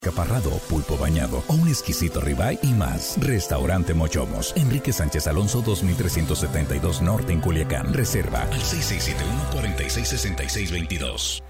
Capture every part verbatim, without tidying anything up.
Caparrado, pulpo bañado o un exquisito ribeye y más. Restaurante Mochomos, Enrique Sánchez Alonso dos mil trescientos setenta y dos Norte en Culiacán. Reserva al seis seis siete uno, cuatro seis, seis seis dos dos.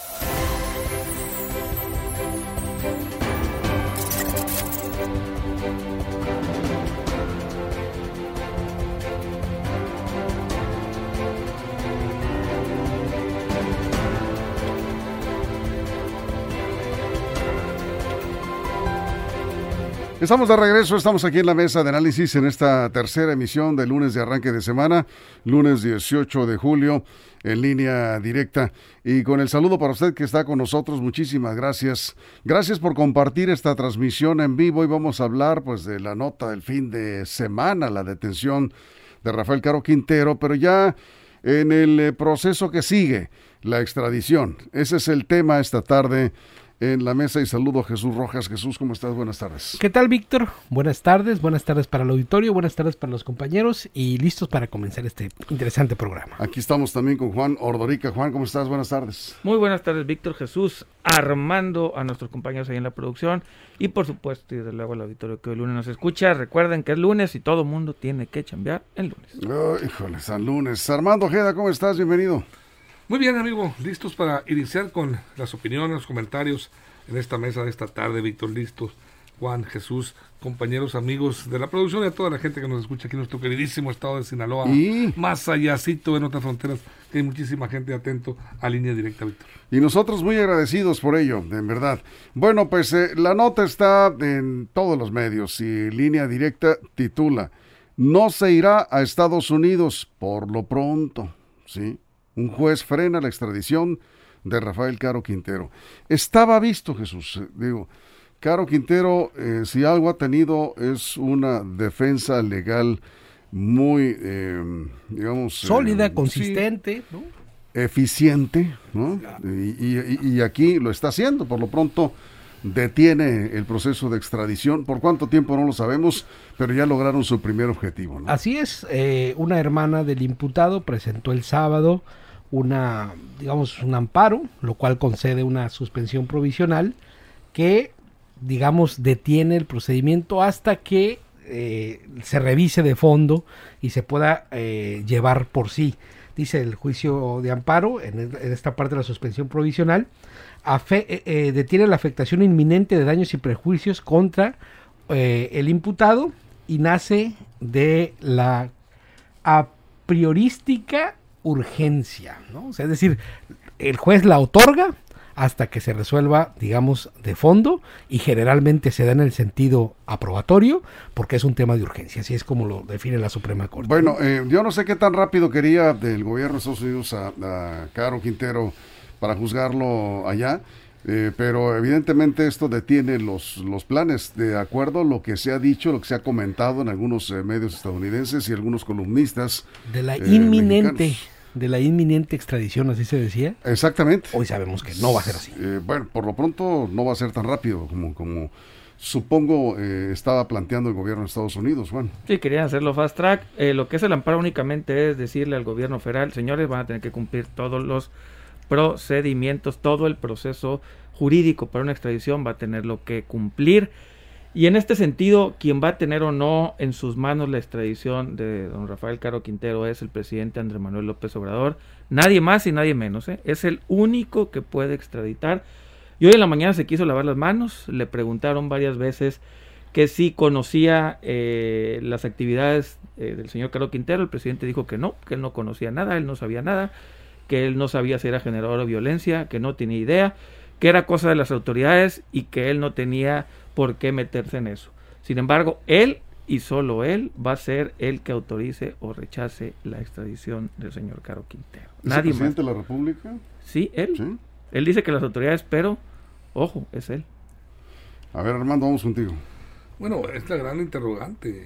Estamos de regreso, estamos aquí en la mesa de análisis en esta tercera emisión del lunes de arranque de semana, lunes dieciocho de julio, en línea directa. Y con el saludo para usted que está con nosotros, muchísimas gracias. Gracias por compartir esta transmisión en vivo y vamos a hablar pues de la nota del fin de semana, la detención de Rafael Caro Quintero, pero ya en el proceso que sigue, la extradición. Ese es el tema esta tarde en la mesa y saludo a Jesús Rojas. Jesús, ¿cómo estás? Buenas tardes. ¿Qué tal, Víctor? Buenas tardes, buenas tardes para el auditorio, buenas tardes para los compañeros y listos para comenzar este interesante programa. Aquí estamos también con Juan Ordorica. Juan, ¿cómo estás? Buenas tardes. Muy buenas tardes, Víctor, Jesús, Armando, a nuestros compañeros ahí en la producción y por supuesto, y desde luego al auditorio que el lunes nos escucha. Recuerden que es lunes y todo mundo tiene que chambear el lunes. Oh, híjole, San Lunes. Armando Ojeda, ¿cómo estás? Bienvenido. Muy bien, amigo, listos para iniciar con las opiniones, los comentarios en esta mesa de esta tarde, Víctor, listos. Juan, Jesús, compañeros, amigos de la producción y a toda la gente que nos escucha aquí en nuestro queridísimo estado de Sinaloa, ¿Y? más allácito en otras fronteras, que hay muchísima gente atento a Línea Directa, Víctor. Y nosotros muy agradecidos por ello, en verdad. Bueno, pues eh, la nota está en todos los medios y Línea Directa titula: no se irá a Estados Unidos por lo pronto, ¿sí? Un juez frena la extradición de Rafael Caro Quintero. Estaba visto, Jesús. Digo, Caro Quintero, eh, si algo ha tenido, es una defensa legal muy, eh, digamos... sólida, eh, consistente, sí, ¿no? Eficiente, ¿no? Claro. Y, y, y aquí lo está haciendo. Por lo pronto, detiene el proceso de extradición. ¿Por cuánto tiempo? No lo sabemos, pero ya lograron su primer objetivo, ¿no? Así es. Eh, una hermana del imputado presentó el sábado una, digamos, un amparo, lo cual concede una suspensión provisional que, digamos, detiene el procedimiento hasta que eh, se revise de fondo y se pueda eh, llevar por sí. Dice el juicio de amparo, en, en esta parte de la suspensión provisional, afe, eh, eh, detiene la afectación inminente de daños y prejuicios contra eh, el imputado y nace de la a priorística urgencia, ¿no? O sea, es decir, el juez la otorga hasta que se resuelva, digamos, de fondo, y generalmente se da en el sentido aprobatorio, porque es un tema de urgencia, así es como lo define la Suprema Corte. Bueno, eh, yo no sé qué tan rápido quería del gobierno de Estados Unidos a, a Caro Quintero para juzgarlo allá, eh, pero evidentemente esto detiene los, los planes, de acuerdo a lo que se ha dicho, lo que se ha comentado en algunos eh, medios estadounidenses y algunos columnistas de la eh, inminente mexicanos. De la inminente extradición, así se decía. Exactamente. Hoy sabemos que no va a ser así. Eh, bueno, por lo pronto no va a ser tan rápido como, como supongo eh, estaba planteando el gobierno de Estados Unidos, Juan. Sí, querían hacerlo fast track. Eh, lo que es el amparo únicamente es decirle al gobierno federal: señores, van a tener que cumplir todos los procedimientos, todo el proceso jurídico para una extradición va a tenerlo que cumplir. Y en este sentido, quien va a tener o no en sus manos la extradición de don Rafael Caro Quintero es el presidente Andrés Manuel López Obrador. Nadie más y nadie menos, ¿eh? Es el único que puede extraditar. Y hoy en la mañana se quiso lavar las manos. Le preguntaron varias veces que si conocía eh, las actividades eh, del señor Caro Quintero. El presidente dijo que no, que él no conocía nada, él no sabía nada, que él no sabía si era generador de violencia, que no tenía idea, que era cosa de las autoridades y que él no tenía por qué meterse en eso. Sin embargo, él y solo él va a ser el que autorice o rechace la extradición del señor Caro Quintero. ¿Es Nadie el presidente más. de la República? Sí, él. ¿Sí? Él dice que las autoridades, pero, ojo, es él. A ver, Armando, vamos contigo. Bueno, es la gran interrogante.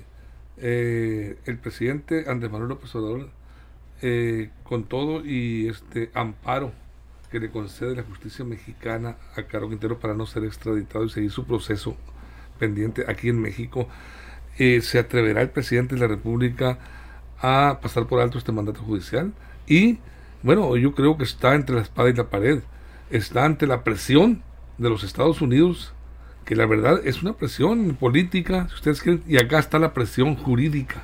Eh, el presidente Andrés Manuel López Obrador, eh, con todo y este amparo que le concede la justicia mexicana a Caro Quintero para no ser extraditado y seguir su proceso pendiente aquí en México, eh, ¿se atreverá el presidente de la República a pasar por alto este mandato judicial? Y, bueno, yo creo que está entre la espada y la pared. Está ante la presión de los Estados Unidos, que la verdad es una presión política, si ustedes quieren, y acá está la presión jurídica.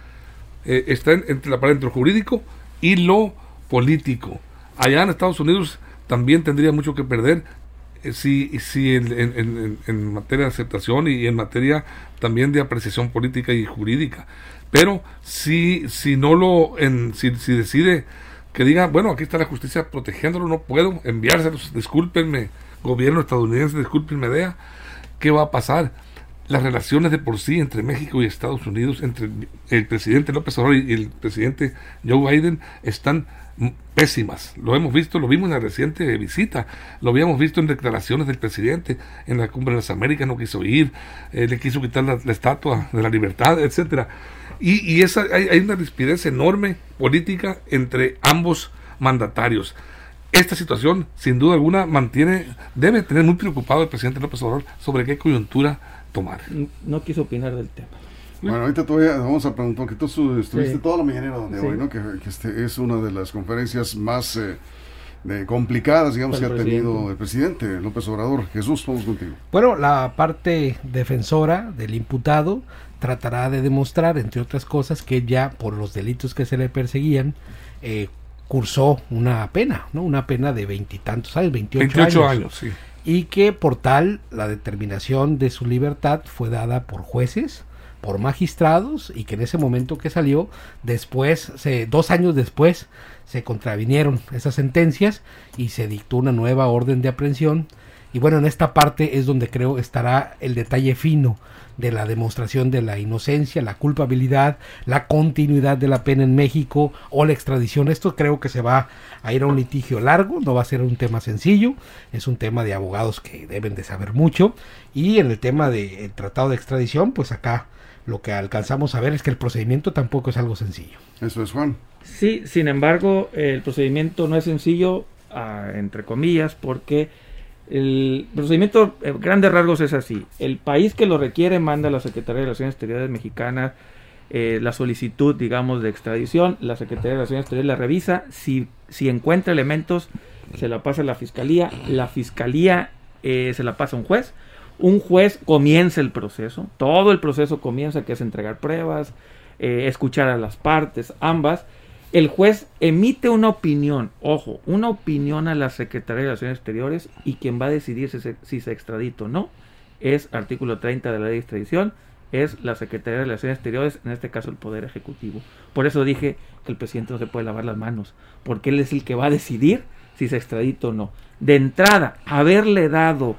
Eh, está en, entre la pared entre lo jurídico y lo político. Allá en Estados Unidos también tendría mucho que perder eh, si, si en, en, en, en materia de aceptación y en materia también de apreciación política y jurídica. Pero si, si no lo, en, si, si decide que diga, bueno, aquí está la justicia protegiéndolo, no puedo enviárselos, discúlpenme, gobierno estadounidense, discúlpenme, D E A, ¿qué va a pasar? Las relaciones de por sí entre México y Estados Unidos, entre el presidente López Obrador y el presidente Joe Biden, están pésimas. Lo hemos visto, lo vimos en la reciente visita, lo habíamos visto en declaraciones del presidente en la Cumbre de las Américas, no quiso ir, eh, le quiso quitar la, la estatua de la libertad, etcétera. Y, y esa, hay, hay una rispidez enorme política entre ambos mandatarios. Esta situación, sin duda alguna, mantiene, debe tener muy preocupado el presidente López Obrador sobre qué coyuntura tomar. No, no quiso opinar del tema. Bueno, ahorita todavía vamos a preguntar, que tú estuviste Sí. toda la mañanera donde Sí. hoy, ¿no? Que, que este es una de las conferencias más eh, de complicadas, digamos, Para que el ha tenido presidente. el presidente López Obrador. Jesús, vamos contigo. Bueno, la parte defensora del imputado tratará de demostrar, entre otras cosas, que ya por los delitos que se le perseguían, eh, cursó una pena, ¿no? Una pena de veintitantos años, veintiocho, veintiocho años. años, sí. Y que por tal la determinación de su libertad fue dada por jueces, por magistrados, y que en ese momento que salió, después, se, dos años después, se contravinieron esas sentencias y se dictó una nueva orden de aprehensión. Y bueno, en esta parte es donde creo estará el detalle fino de la demostración de la inocencia, la culpabilidad, la continuidad de la pena en México o la extradición. Esto creo que se va a ir a un litigio largo, no va a ser un tema sencillo, es un tema de abogados que deben de saber mucho. Y en el tema del tratado de extradición, pues acá lo que alcanzamos a ver es que el procedimiento tampoco es algo sencillo. Eso es, Juan. Sí, sin embargo, el procedimiento no es sencillo, ah, entre comillas, porque el procedimiento, en grandes rasgos, es así. El país que lo requiere manda a la Secretaría de Relaciones Exteriores mexicana eh, la solicitud, digamos, de extradición. La Secretaría de Relaciones Exteriores la revisa. Si, si encuentra elementos, se la pasa a la Fiscalía. La Fiscalía eh, se la pasa a un juez. Un juez comienza el proceso. Todo el proceso comienza, que es entregar pruebas, eh, escuchar a las partes, ambas. El juez emite una opinión, ojo, una opinión a la Secretaría de Relaciones Exteriores, y quien va a decidir si se, si se extradita o no es artículo treinta de la ley de extradición, es la Secretaría de Relaciones Exteriores, en este caso el Poder Ejecutivo. Por eso dije que el presidente no se puede lavar las manos, porque él es el que va a decidir si se extradita o no. De entrada, haberle dado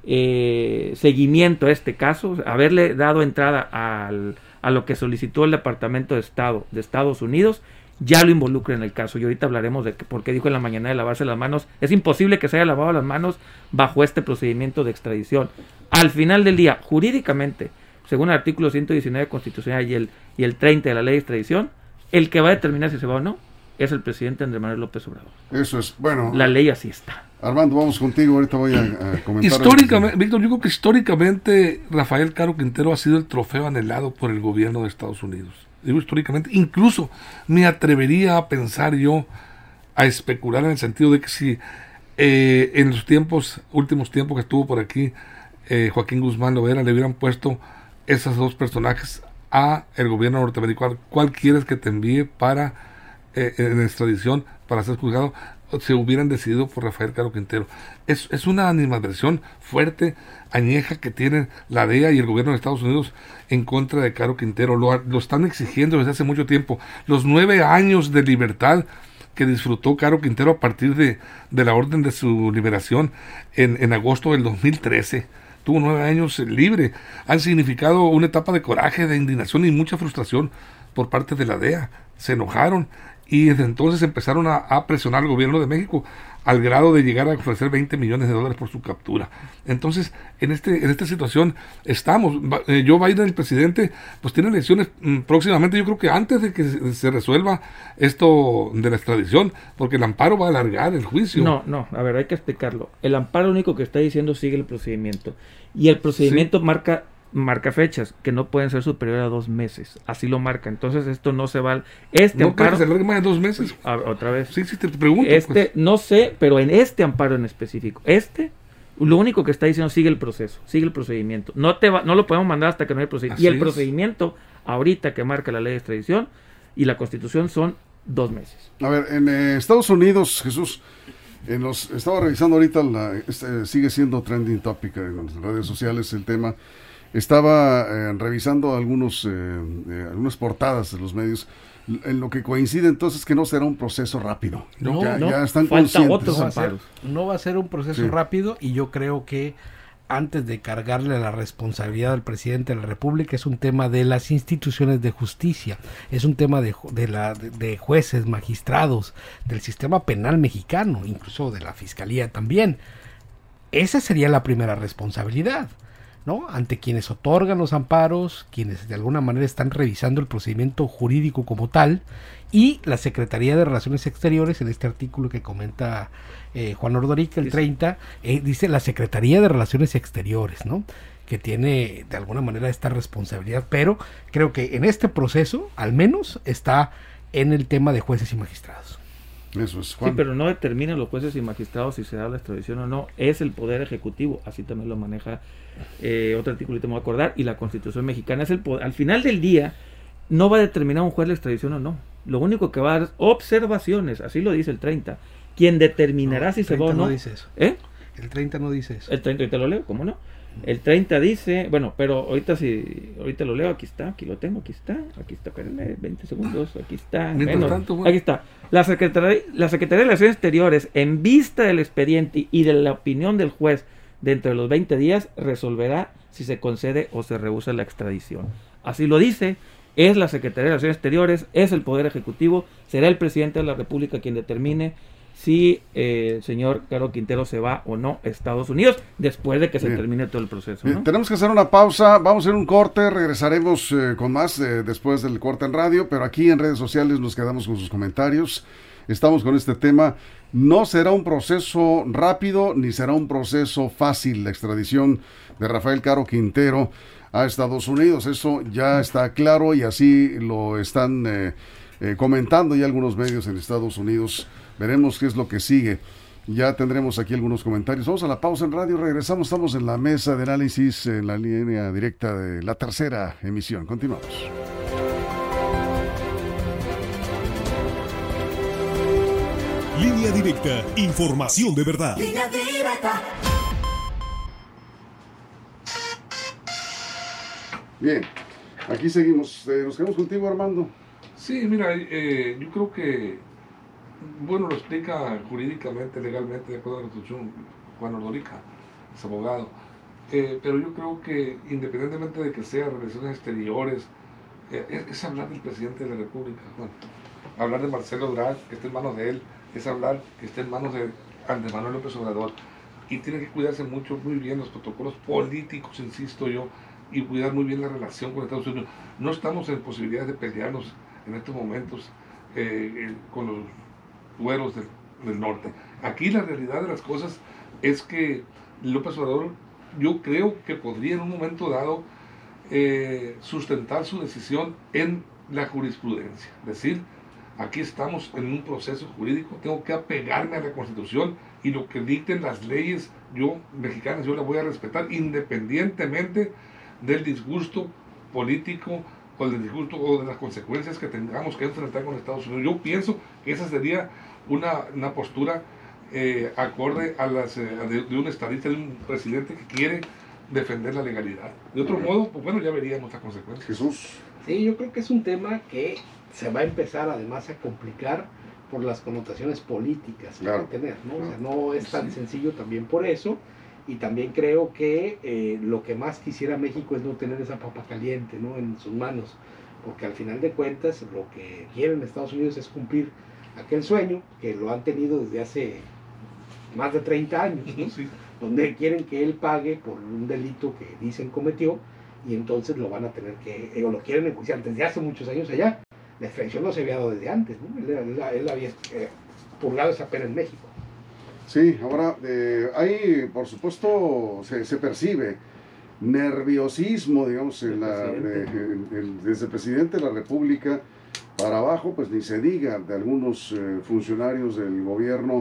eh, seguimiento a este caso, haberle dado entrada al, a lo que solicitó el Departamento de Estado de Estados Unidos, ya lo involucra en el caso. Y ahorita hablaremos de que, por qué dijo en la mañana de lavarse las manos. Es imposible que se haya lavado las manos bajo este procedimiento de extradición. Al final del día, jurídicamente, según el artículo ciento diecinueve constitucional y el, y el treinta de la ley de extradición, el que va a determinar si se va o no es el presidente Andrés Manuel López Obrador. Eso es, bueno. La ley así está. Armando, vamos contigo, ahorita voy a, a comentar. Históricamente, Víctor, yo creo que históricamente Rafael Caro Quintero ha sido el trofeo anhelado por el gobierno de Estados Unidos. Digo históricamente, incluso me atrevería a pensar yo, a especular en el sentido de que si eh, en los tiempos, últimos tiempos que estuvo por aquí eh, Joaquín Guzmán Loera, le hubieran puesto esos dos personajes a el gobierno norteamericano, ¿cuál quieres que te envíe para eh, en extradición para ser juzgado? Se hubieran decidido por Rafael Caro Quintero. Es, es una animadversión fuerte, añeja, que tienen la D E A y el gobierno de Estados Unidos en contra de Caro Quintero. Lo, lo están exigiendo desde hace mucho tiempo. Los nueve años de libertad que disfrutó Caro Quintero a partir de, de la orden de su liberación en, en agosto del dos mil trece. Tuvo nueve años libre. Han significado una etapa de coraje, de indignación y mucha frustración por parte de la D E A. Se enojaron y desde entonces empezaron a, a presionar al gobierno de México al grado de llegar a ofrecer veinte millones de dólares por su captura. Entonces, en este en esta situación estamos. Eh, Joe Biden, el presidente, pues tiene elecciones mm, próximamente, yo creo que antes de que se, se resuelva esto de la extradición, porque el amparo va a alargar el juicio. No, no, a ver, hay que explicarlo. El amparo único que está diciendo sigue el procedimiento. Y el procedimiento sí. marca... marca fechas que no pueden ser superiores a dos meses, así lo marca. Entonces esto no se va, este no amparo, se alargue más de dos meses. A, otra vez, sí, sí, te pregunto, este pues. no sé, pero en este amparo en específico, este Lo único que está diciendo, sigue el proceso, sigue el procedimiento. No te va, no lo podemos mandar hasta que no haya procedimiento. Y el es. procedimiento, ahorita que marca la ley de extradición y la Constitución, son dos meses. A ver, en eh, Estados Unidos, Jesús, en los, estaba revisando ahorita, la, este, sigue siendo trending topic en las redes sociales el tema. Estaba eh, revisando algunos eh, eh, algunas portadas de los medios, en lo que coincide entonces que no será un proceso rápido. No, ya, no, ya están falta conscientes. otros No va, a ser, amparos. no va a ser un proceso Sí. rápido, y yo creo que antes de cargarle la responsabilidad al presidente de la República, es un tema de las instituciones de justicia, es un tema de, ju- de, la, de, de jueces, magistrados, del sistema penal mexicano, incluso de la fiscalía también. Esa sería la primera responsabilidad, ¿no? Ante quienes otorgan los amparos, quienes de alguna manera están revisando el procedimiento jurídico como tal, y la Secretaría de Relaciones Exteriores, en este artículo que comenta eh, Juan Ordorica, el Dice- treinta, eh, dice la Secretaría de Relaciones Exteriores, ¿no? Que tiene de alguna manera esta responsabilidad, pero creo que en este proceso, al menos, está en el tema de jueces y magistrados. Eso es, Sí, Juan. pero no determinan los jueces y magistrados si se da la extradición o no. Es el Poder Ejecutivo, así también lo maneja eh, otro artículo, y te me voy a acordar, y la Constitución mexicana. Es el poder. Al final del día, no va a determinar un juez la extradición o no. Lo único que va a dar es observaciones, así lo dice el treinta. Quien determinará No, si el se va o treinta no. no dice eso. ¿Eh? El treinta no dice eso. El treinta, ahorita lo leo, ¿cómo no? El treinta dice, bueno, pero ahorita si ahorita lo leo, aquí está, aquí lo tengo, aquí está, aquí está, espérenme, veinte segundos, aquí está, Mientras bueno, tanto, bueno. aquí está. La Secretaría, la Secretaría de Relaciones Exteriores, en vista del expediente y de la opinión del juez, dentro de los veinte días, resolverá si se concede o se rehúsa la extradición. Así lo dice, es la Secretaría de Relaciones Exteriores, es el Poder Ejecutivo, será el presidente de la República quien determine si eh, el señor Caro Quintero se va o no a Estados Unidos después de que se Bien. termine todo el proceso, Bien, ¿no? tenemos que hacer una pausa, vamos a hacer un corte, regresaremos eh, con más eh, después del corte en radio, pero aquí en redes sociales nos quedamos con sus comentarios. Estamos con este tema. No será un proceso rápido ni será un proceso fácil la extradición de Rafael Caro Quintero a Estados Unidos. Eso ya está claro y así lo están eh, eh, comentando ya algunos medios en Estados Unidos. Veremos qué es lo que sigue. Ya tendremos aquí algunos comentarios. Vamos a la pausa en radio. Regresamos. Estamos en la mesa de análisis en la línea directa de la tercera emisión. Continuamos. Línea directa, información de verdad. Línea directa. Bien, aquí seguimos. Eh, nos quedamos contigo, Armando. Sí, mira, eh, yo creo que, bueno, lo explica jurídicamente, legalmente, de acuerdo a la Constitución, Juan Ordorica, es abogado. Eh, pero yo creo que, independientemente de que sea relaciones exteriores, eh, es, es hablar del presidente de la República, Juan. Hablar de Marcelo Ebrard, que esté en manos de él, es hablar que esté en manos de Andrés Manuel López Obrador. Y tiene que cuidarse mucho, muy bien los protocolos políticos, insisto yo, y cuidar muy bien la relación con Estados Unidos. No estamos en posibilidades de pelearnos en estos momentos eh, eh, con los güeros del, del norte. Aquí la realidad de las cosas es que López Obrador, yo creo que podría en un momento dado eh, sustentar su decisión en la jurisprudencia. Es decir, aquí estamos en un proceso jurídico, tengo que apegarme a la Constitución y lo que dicten las leyes, yo, mexicanas, yo las voy a respetar independientemente del disgusto político o del disgusto o de las consecuencias que tengamos que enfrentar con Estados Unidos. Yo pienso que esa sería una, una postura eh, acorde a las eh, de, de un estadista, de un presidente que quiere defender la legalidad. De otro modo, pues bueno, ya veríamos las consecuencias. Jesús. Sí, yo creo que es un tema que se va a empezar además a complicar por las connotaciones políticas que Claro. va a tener, ¿no? O sea, Claro. no es tan Sí. sencillo también por eso, y también creo que eh, lo que más quisiera México es no tener esa papa caliente, ¿no?, en sus manos, porque al final de cuentas lo que quieren Estados Unidos es cumplir aquel sueño que lo han tenido desde hace más de treinta años, ¿no? Sí. Donde quieren que él pague por un delito que dicen cometió, y entonces lo van a tener que, o lo quieren enjuiciar desde hace muchos años allá. La extradición no se había dado desde antes, ¿no? Él, él- él había eh, purgado esa pena en México. Sí, ahora eh, hay, por supuesto, se, se percibe nerviosismo, digamos, en El la, presidente. de- en- en- desde el presidente de la República para abajo, pues ni se diga de algunos eh, funcionarios del gobierno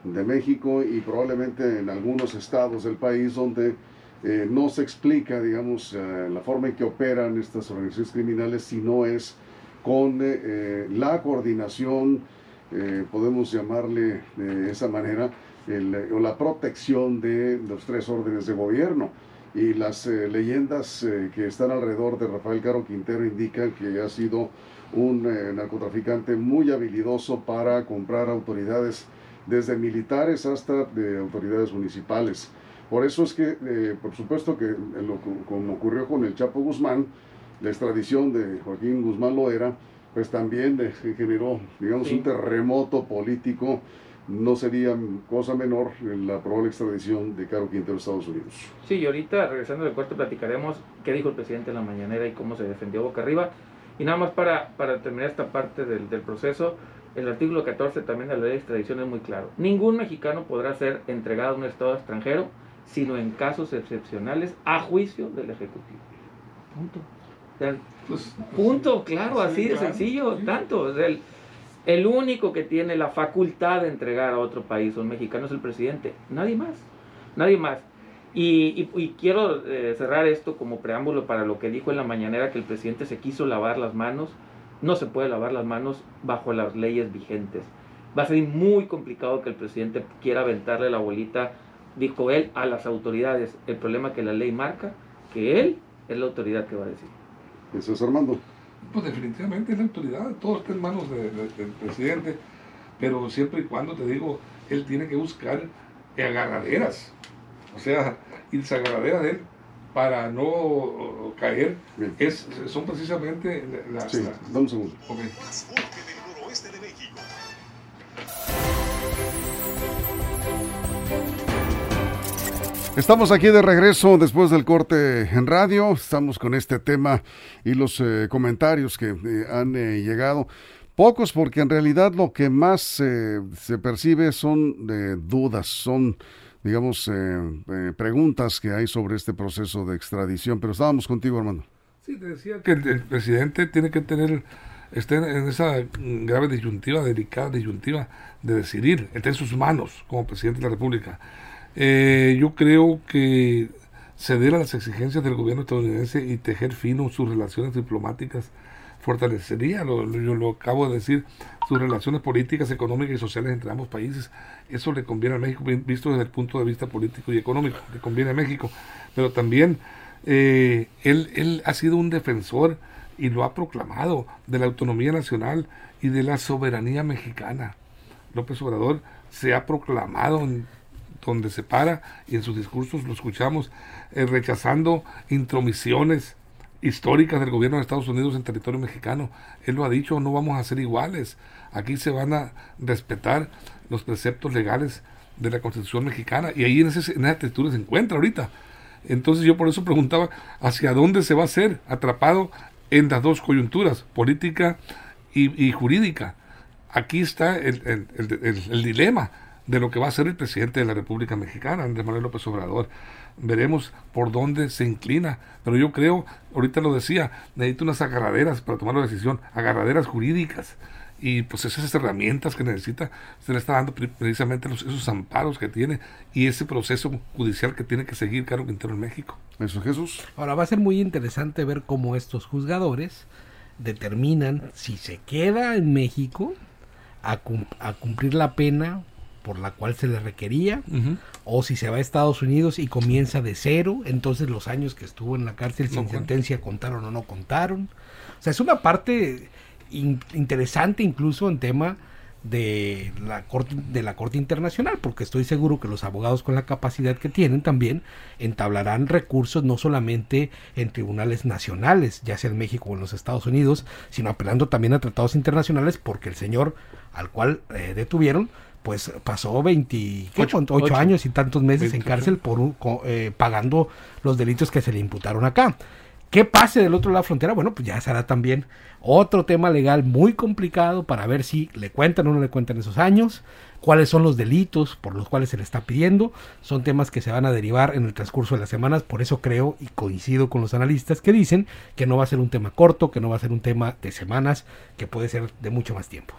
de México y probablemente en algunos estados del país donde eh, no se explica, digamos, eh, la forma en que operan estas organizaciones criminales, si no es con eh, la coordinación, eh, podemos llamarle de esa manera, el, o la protección de los tres órdenes de gobierno. Y las eh, leyendas eh, que están alrededor de Rafael Caro Quintero indican que ha sido un eh, narcotraficante muy habilidoso para comprar autoridades, desde militares hasta de autoridades municipales. Por eso es que, eh, por supuesto que, lo, como ocurrió con el Chapo Guzmán, la extradición de Joaquín Guzmán Loera, pues también eh, generó, digamos, sí. un terremoto político. No sería cosa menor la probable extradición de Caro Quintero a Estados Unidos. Sí, y ahorita, regresando del corte, platicaremos qué dijo el presidente en la mañanera y cómo se defendió boca arriba. Y nada más para, para terminar esta parte del, del proceso, el artículo catorce también de la ley de extradición es muy claro. Ningún mexicano podrá ser entregado a un estado extranjero, sino en casos excepcionales, a juicio del Ejecutivo. Punto. O sea, pues, punto, claro, así sí, de claro, sencillo, sí. tanto. O sea, el, el único que tiene la facultad de entregar a otro país a un mexicano es el presidente. Nadie más. Nadie más. Y, y, y quiero eh, cerrar esto como preámbulo para lo que dijo en la mañanera, que el presidente se quiso lavar las manos. No se puede lavar las manos bajo las leyes vigentes. Va a ser muy complicado que el presidente quiera aventarle la bolita, dijo él, a las autoridades. El problema es que la ley marca que él es la autoridad que va a decir. Eso es, Armando. Pues definitivamente es la autoridad, todo está en manos de, de, del presidente, pero siempre y cuando, te digo, él tiene que buscar agarraderas, o sea, irse a agarraderas de él para no caer. Es, son precisamente las... Sí, dame un segundo. Okay. Estamos aquí de regreso después del corte en radio. Estamos con este tema y los eh, comentarios que eh, han eh, llegado. Pocos, porque en realidad lo que más eh, se percibe son eh, dudas, son, digamos, eh, eh, preguntas que hay sobre este proceso de extradición. Pero estábamos contigo, Armando. Sí, te decía que el, el presidente tiene que tener, está en, en esa grave disyuntiva, delicada disyuntiva de decidir. Está en sus manos como presidente de la República. Eh, yo creo que ceder a las exigencias del gobierno estadounidense y tejer fino sus relaciones diplomáticas fortalecería, lo, lo, yo lo acabo de decir, sus relaciones políticas, económicas y sociales entre ambos países. Eso le conviene a México, visto desde el punto de vista político y económico, le conviene a México. Pero también eh, él, él ha sido un defensor, y lo ha proclamado, de la autonomía nacional y de la soberanía mexicana. López Obrador se ha proclamado en donde se para, y en sus discursos lo escuchamos, eh, rechazando intromisiones históricas del gobierno de Estados Unidos en territorio mexicano. Él lo ha dicho, no vamos a ser iguales, aquí se van a respetar los preceptos legales de la Constitución mexicana, y ahí en, ese, en esa textura se encuentra ahorita. Entonces yo por eso preguntaba, ¿hacia dónde se va a hacer? Atrapado en las dos coyunturas, política y, y jurídica. Aquí está el, el, el, el, el dilema de lo que va a ser el presidente de la República Mexicana, Andrés Manuel López Obrador. Veremos por dónde se inclina, pero yo creo, ahorita lo decía, necesita unas agarraderas para tomar la decisión, agarraderas jurídicas, y pues esas herramientas que necesita, se le está dando precisamente los, esos amparos que tiene, y ese proceso judicial que tiene que seguir Caro Quintero en México. Eso, Jesús. Ahora va a ser muy interesante ver cómo estos juzgadores determinan si se queda en México a, cum- a cumplir la pena por la cual se le requería, uh-huh. o si se va a Estados Unidos y comienza de cero, entonces los años que estuvo en la cárcel sin no, sentencia contaron o no contaron. O sea, es una parte in- interesante incluso en tema de la corte de la Corte Internacional, porque estoy seguro que los abogados, con la capacidad que tienen, también entablarán recursos no solamente en tribunales nacionales, ya sea en México o en los Estados Unidos, sino apelando también a tratados internacionales, porque el señor al cual eh, detuvieron pues pasó veintiocho años y tantos meses veintiocho en cárcel por un, eh, pagando los delitos que se le imputaron acá. ¿Qué pase del otro lado de la frontera? Bueno, pues ya será también otro tema legal muy complicado para ver si le cuentan o no le cuentan esos años, cuáles son los delitos por los cuales se le está pidiendo. Son temas que se van a derivar en el transcurso de las semanas, por eso creo y coincido con los analistas que dicen que no va a ser un tema corto, que no va a ser un tema de semanas, que puede ser de mucho más tiempo.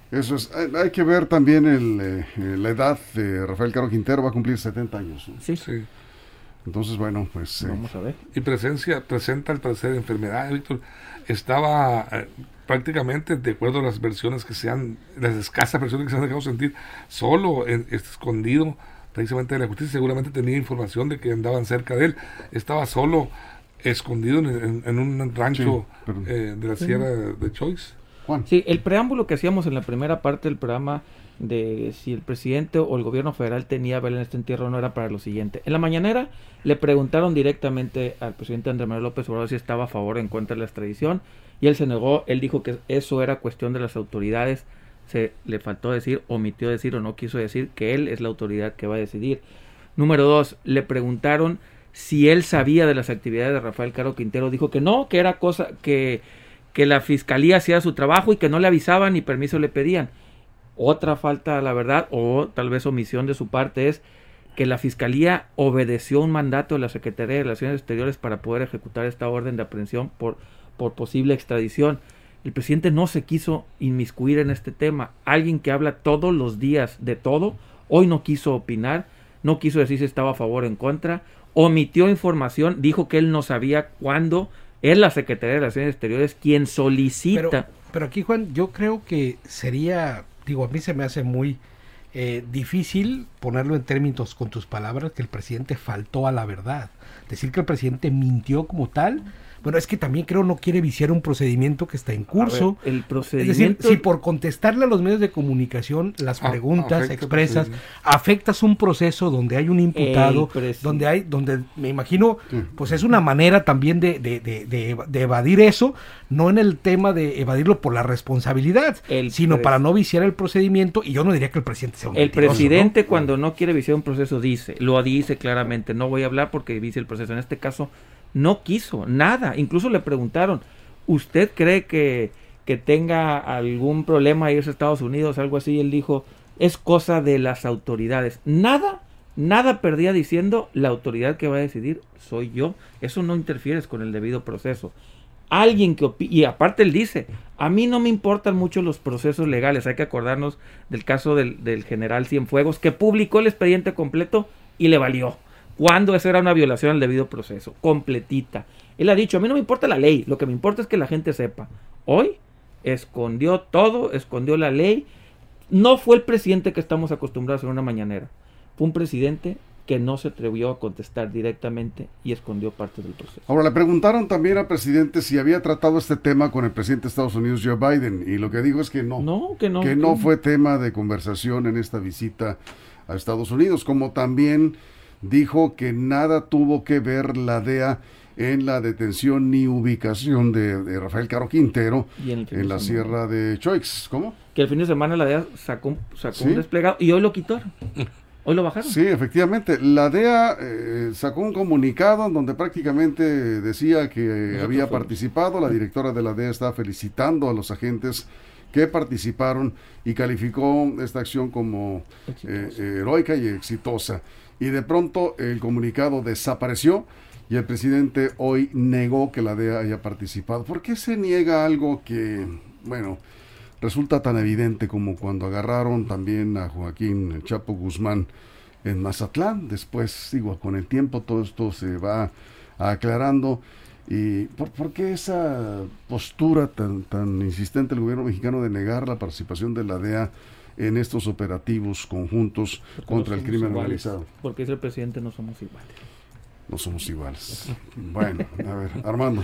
Eso es, hay, hay que ver también el, eh, la edad de Rafael Caro Quintero, va a cumplir setenta años, ¿no? Sí, Sí. Entonces, bueno, pues... eh, vamos a ver. Y presencia, presenta al parecer enfermedades, Víctor. Estaba eh, prácticamente, de acuerdo a las versiones que se han, las escasas versiones que se han dejado sentir, solo, en, escondido precisamente de la justicia. Seguramente tenía información de que andaban cerca de él. Estaba solo, escondido en, en, en un rancho Sí, pero- eh, de la Sí. Sierra de Choice. Juan. Sí, el preámbulo que hacíamos en la primera parte del programa de si el presidente o el gobierno federal tenía vela en este entierro no era para lo siguiente. En la mañanera le preguntaron directamente al presidente Andrés Manuel López Obrador si estaba a favor o en contra de la extradición y él se negó. Él dijo que eso era cuestión de las autoridades. Se le faltó decir, omitió decir o no quiso decir que él es la autoridad que va a decidir. Número dos, le preguntaron si él sabía de las actividades de Rafael Caro Quintero. Dijo que no, que era cosa que que la fiscalía hacía su trabajo y que no le avisaban ni permiso le pedían. Otra falta a la verdad o tal vez omisión de su parte es que la fiscalía obedeció un mandato de la Secretaría de Relaciones Exteriores para poder ejecutar esta orden de aprehensión por, por posible extradición. El presidente no se quiso inmiscuir en este tema. Alguien que habla todos los días de todo, hoy no quiso opinar, no quiso decir si estaba a favor o en contra, omitió información, dijo que él no sabía cuándo. Es la Secretaría de Relaciones Exteriores quien solicita. Pero, pero aquí, Juan, yo creo que sería, digo, a mí se me hace muy eh, difícil ponerlo en términos con tus palabras, que el presidente faltó a la verdad. Decir que el presidente mintió como tal, bueno, es que también creo no quiere viciar un procedimiento que está en curso. A ver, el Es procedimiento. decir, si por contestarle a los medios de comunicación las Ah, preguntas afecta el expresas, procedimiento. afectas un proceso donde hay un imputado, El presi- donde hay, donde me imagino, Sí. pues es una manera también de, de, de, de, de evadir eso, no en el tema de evadirlo por la responsabilidad, El sino pres- para no viciar el procedimiento, y yo no diría que el presidente sea un El mentiroso, presidente ¿no? cuando no quiere viciar un proceso dice, lo dice claramente, no voy a hablar porque vicia el proceso. En este caso no quiso nada, incluso le preguntaron, ¿usted cree que, que tenga algún problema irse a Estados Unidos, algo así? Y él dijo, es cosa de las autoridades. Nada, nada perdía diciendo, la autoridad que va a decidir soy yo. Eso no interfieres con el debido proceso. Alguien que opi- y aparte él dice, a mí no me importan mucho los procesos legales. Hay que acordarnos del caso del, del general Cienfuegos, que publicó el expediente completo y le valió, cuando eso era una violación al debido proceso, completita. Él ha dicho, a mí no me importa la ley, lo que me importa es que la gente sepa. Hoy escondió todo, escondió la ley. No fue el presidente que estamos acostumbrados en una mañanera, fue un presidente que no se atrevió a contestar directamente y escondió parte del proceso. Ahora, le preguntaron también al presidente si había tratado este tema con el presidente de Estados Unidos, Joe Biden, y lo que dijo es que no. No, que no. que no fue tema de conversación en esta visita a Estados Unidos, como también dijo que nada tuvo que ver la D E A en la detención ni ubicación de, de Rafael Caro Quintero Y en el fin de en la semana. sierra de Choix. ¿Cómo? Que el fin de semana la D E A sacó, un- sacó Sí. un desplegado y hoy lo quitaron. Hoy lo bajaron. Sí, efectivamente. La D E A eh, sacó un comunicado en donde prácticamente decía que eh, Nosotros había fuimos. participado. La directora de la D E A estaba felicitando a los agentes que participaron y calificó esta acción como eh, Exitosa. eh, heroica y exitosa. Y de pronto el comunicado desapareció y el presidente hoy negó que la D E A haya participado. ¿Por qué se niega algo que, bueno, resulta tan evidente como cuando agarraron también a Joaquín El Chapo Guzmán en Mazatlán? Después, digo, con el tiempo todo esto se va aclarando. ¿Y por, por qué esa postura tan, tan insistente del gobierno mexicano de negar la participación de la D E A en estos operativos conjuntos Porque contra no el somos crimen iguales. organizado? Porque dice el presidente, no somos iguales. No somos iguales. Bueno, a ver, Armando.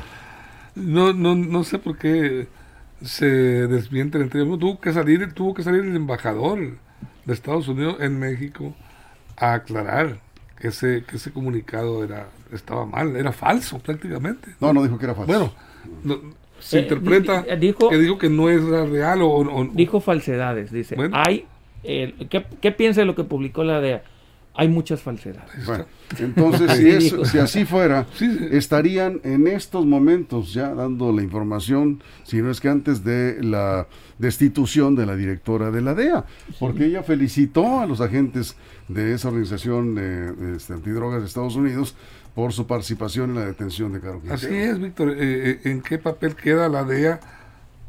No, no, no sé por qué se desmienten entre ellos. Tuvo que salir, tuvo que salir el embajador de Estados Unidos en México a aclarar que ese, que ese comunicado era, estaba mal, era falso prácticamente. No, no dijo que era falso. Bueno, no- se Eh, interpreta di- di- dijo- que dijo que no es real o, o- o- Dijo falsedades, dice. Bueno. Hay, eh, ¿qué, ¿Qué piensa de lo que publicó la D E A? Hay muchas falsedades. Bueno, entonces, si, Sí, es- dijo. si así fuera, Sí, sí. estarían en estos momentos ya dando la información, si no es que antes de la destitución de la directora de la D E A, porque ella felicitó a los agentes de esa organización eh, este, antidrogas de Estados Unidos por su participación en la detención de Caro Quintero. Así es, Víctor. Eh, eh, ¿En qué papel queda la D E A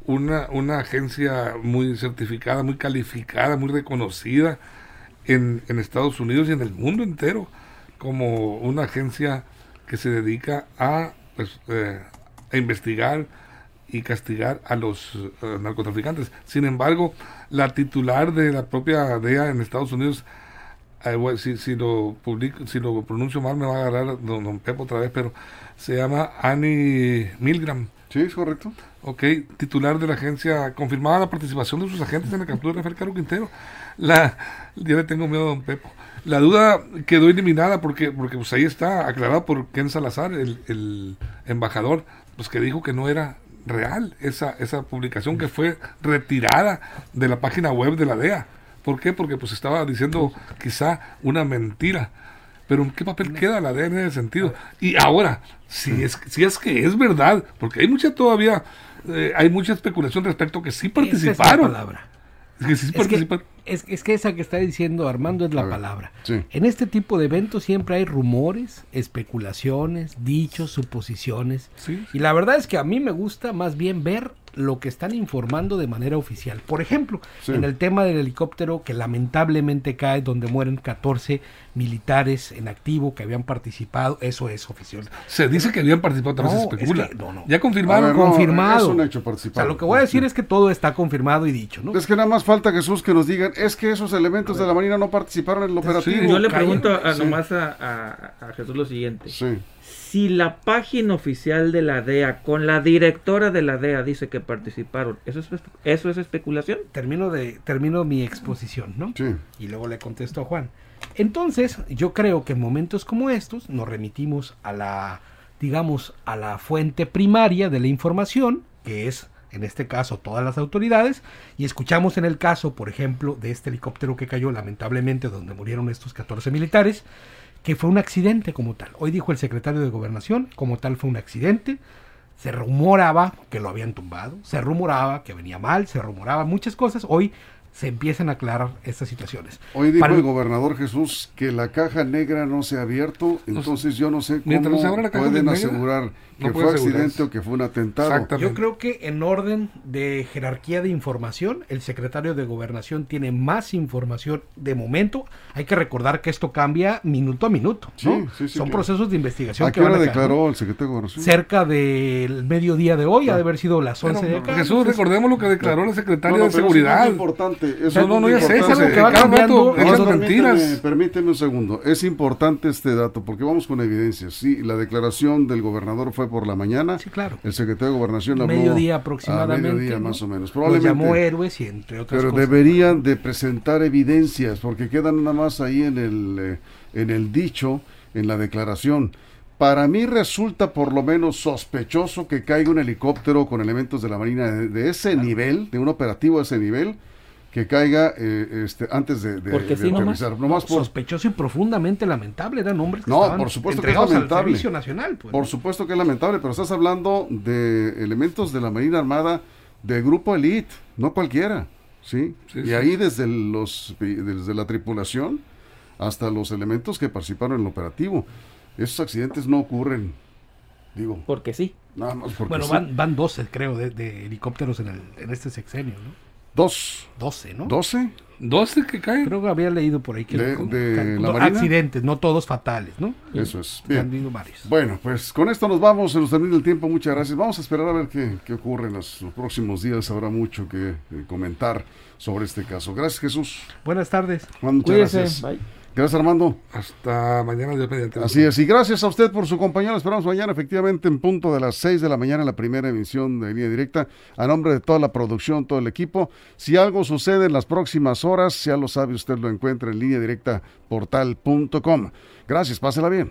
una, una agencia muy certificada, muy calificada, muy reconocida en, en Estados Unidos y en el mundo entero, como una agencia que se dedica a, pues, eh, a investigar y castigar a los uh, narcotraficantes. Sin embargo, la titular de la propia D E A en Estados Unidos, eh, bueno, si, si lo publico, si lo pronuncio mal me va a agarrar don, don Pepe otra vez, pero se llama Annie Milgram. Sí, es correcto. Ok, titular de la agencia, confirmada la participación de sus agentes en la captura de Rafael Caro Quintero. La, ya le tengo miedo a don Pepo. La duda quedó eliminada porque, porque pues ahí está aclarado por Ken Salazar, el, el embajador, pues que dijo que no era real esa esa publicación, que fue retirada de la página web de la D E A. ¿Por qué? Porque pues estaba diciendo quizá una mentira. Pero ¿en qué papel queda la D E A en ese sentido? Y ahora, si es si es que es verdad, porque hay mucha todavía, eh, hay mucha especulación respecto a que sí participaron. Esa es la palabra. Es que sí Es participaron. que, es, es que esa que está diciendo Armando es la ver, palabra. sí. En este tipo de eventos siempre hay rumores, especulaciones, dichos, suposiciones. Sí. Y la verdad es que a mí me gusta más bien ver lo que están informando de manera oficial. Por ejemplo, Sí. en el tema del helicóptero que lamentablemente cae, donde mueren catorce militares en activo que habían participado, eso es oficial. Se dice que habían participado, también No, se especula. es que- no, no. Ya A confirmaron. ver, no, confirmado. es un hecho O participar. sea, lo que voy a decir es que todo está confirmado y dicho, ¿no? Es que nada más falta, Jesús, que nos digan, es que esos elementos de la Marina no participaron en el operativo. Sí, Yo le Cayeron. pregunto a, Sí. nomás a, a- a Jesús lo siguiente. Sí. Si la página oficial de la D E A con la directora de la D E A dice que participaron, ¿eso es, espe- eso es especulación? Termino de termino mi exposición, ¿no? Sí. Y luego le contesto a Juan. Entonces, yo creo que en momentos como estos nos remitimos a la, digamos, a la fuente primaria de la información, que es, en este caso, todas las autoridades, y escuchamos en el caso, por ejemplo, de este helicóptero que cayó, lamentablemente, donde murieron estos catorce militares, que fue un accidente como tal. Hoy dijo el secretario de Gobernación, como tal fue un accidente. Se rumoraba que lo habían tumbado, se rumoraba que venía mal, se rumoraba muchas cosas. Hoy se empiezan a aclarar estas situaciones. Hoy dijo Para- el gobernador Jesús que la caja negra no se ha abierto, entonces yo no sé Mientras no se cómo abra la caja pueden negra, asegurar no que puede fue accidente asegurarse. o que fue un atentado. Exactamente. Yo creo que en orden de jerarquía de información, el secretario de Gobernación tiene más información de momento. Hay que recordar que esto cambia minuto a minuto, ¿no? Sí, sí, sí, Son claro. procesos de investigación ¿A que qué hora van a caer, ¿no? declaró el secretario de Gobernación? Cerca del mediodía de hoy, ha de haber sido las once Pero, de acá. Jesús, entonces- recordemos lo que declaró la secretaria No, no, de pero eso Seguridad. es muy importante. Eso No, no, no, ya sé, importante. es algo que va cada cambiando, rato es echas lo- Permíteme, mentiras. permíteme un segundo. Es importante este dato porque vamos con evidencias. Sí, la declaración del gobernador fue por la mañana. Sí, claro. El secretario de Gobernación habló Mediodía a aproximadamente. mediodía ¿no? más o menos. Los Probablemente. llamó héroes y entre otras Pero cosas. deberían de presentar evidencias porque quedan nada más ahí en el eh, en el dicho, en la declaración. Para mí resulta por lo menos sospechoso que caiga un helicóptero con elementos de la Marina de, de ese nivel, de un operativo a ese nivel, que caiga eh, este, antes de, de, Porque de sí, nomás. aterrizar. Nomás por, Sospechoso y profundamente lamentable, eran hombres que No, estaban por supuesto que es entregados al lamentable. Servicio Nacional. Pues, por ¿no? supuesto que es lamentable, pero estás hablando de elementos de la Marina Armada de grupo elite, no cualquiera, ¿sí? Sí, y sí. ahí desde los desde la tripulación hasta los elementos que participaron en el operativo. Esos accidentes no ocurren, digo, Porque sí. nada más porque Bueno, sí. van, van doce, creo, de, de helicópteros en, el, en este sexenio, ¿no? Dos, doce, ¿no? doce, doce que caen. Creo que había leído por ahí que De- con- de can- la no, Marina. accidentes, no todos fatales, ¿no? eso es. Han Bien. habido varios. Bueno, pues con esto nos vamos, se nos termina el tiempo, muchas gracias. Vamos a esperar a ver qué, qué ocurre en los, los próximos días, habrá mucho que eh, comentar sobre este caso. Gracias, Jesús. Buenas tardes. Juan, muchas Cuídese. gracias. Bye. Gracias, Armando. Hasta mañana, Dios mediante. Así es, y gracias a usted por su compañía. Nos esperamos mañana, efectivamente, en punto de las seis de la mañana, en la primera emisión de Línea Directa. A nombre de toda la producción, todo el equipo. Si algo sucede en las próximas horas, ya lo sabe, usted lo encuentra en línea directa portal punto com. Gracias, pásela bien.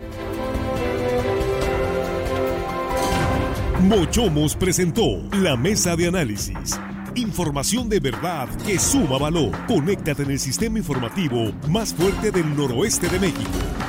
Mochomos presentó la mesa de análisis. Información de verdad que suma valor. Conéctate en el sistema informativo más fuerte del noroeste de México.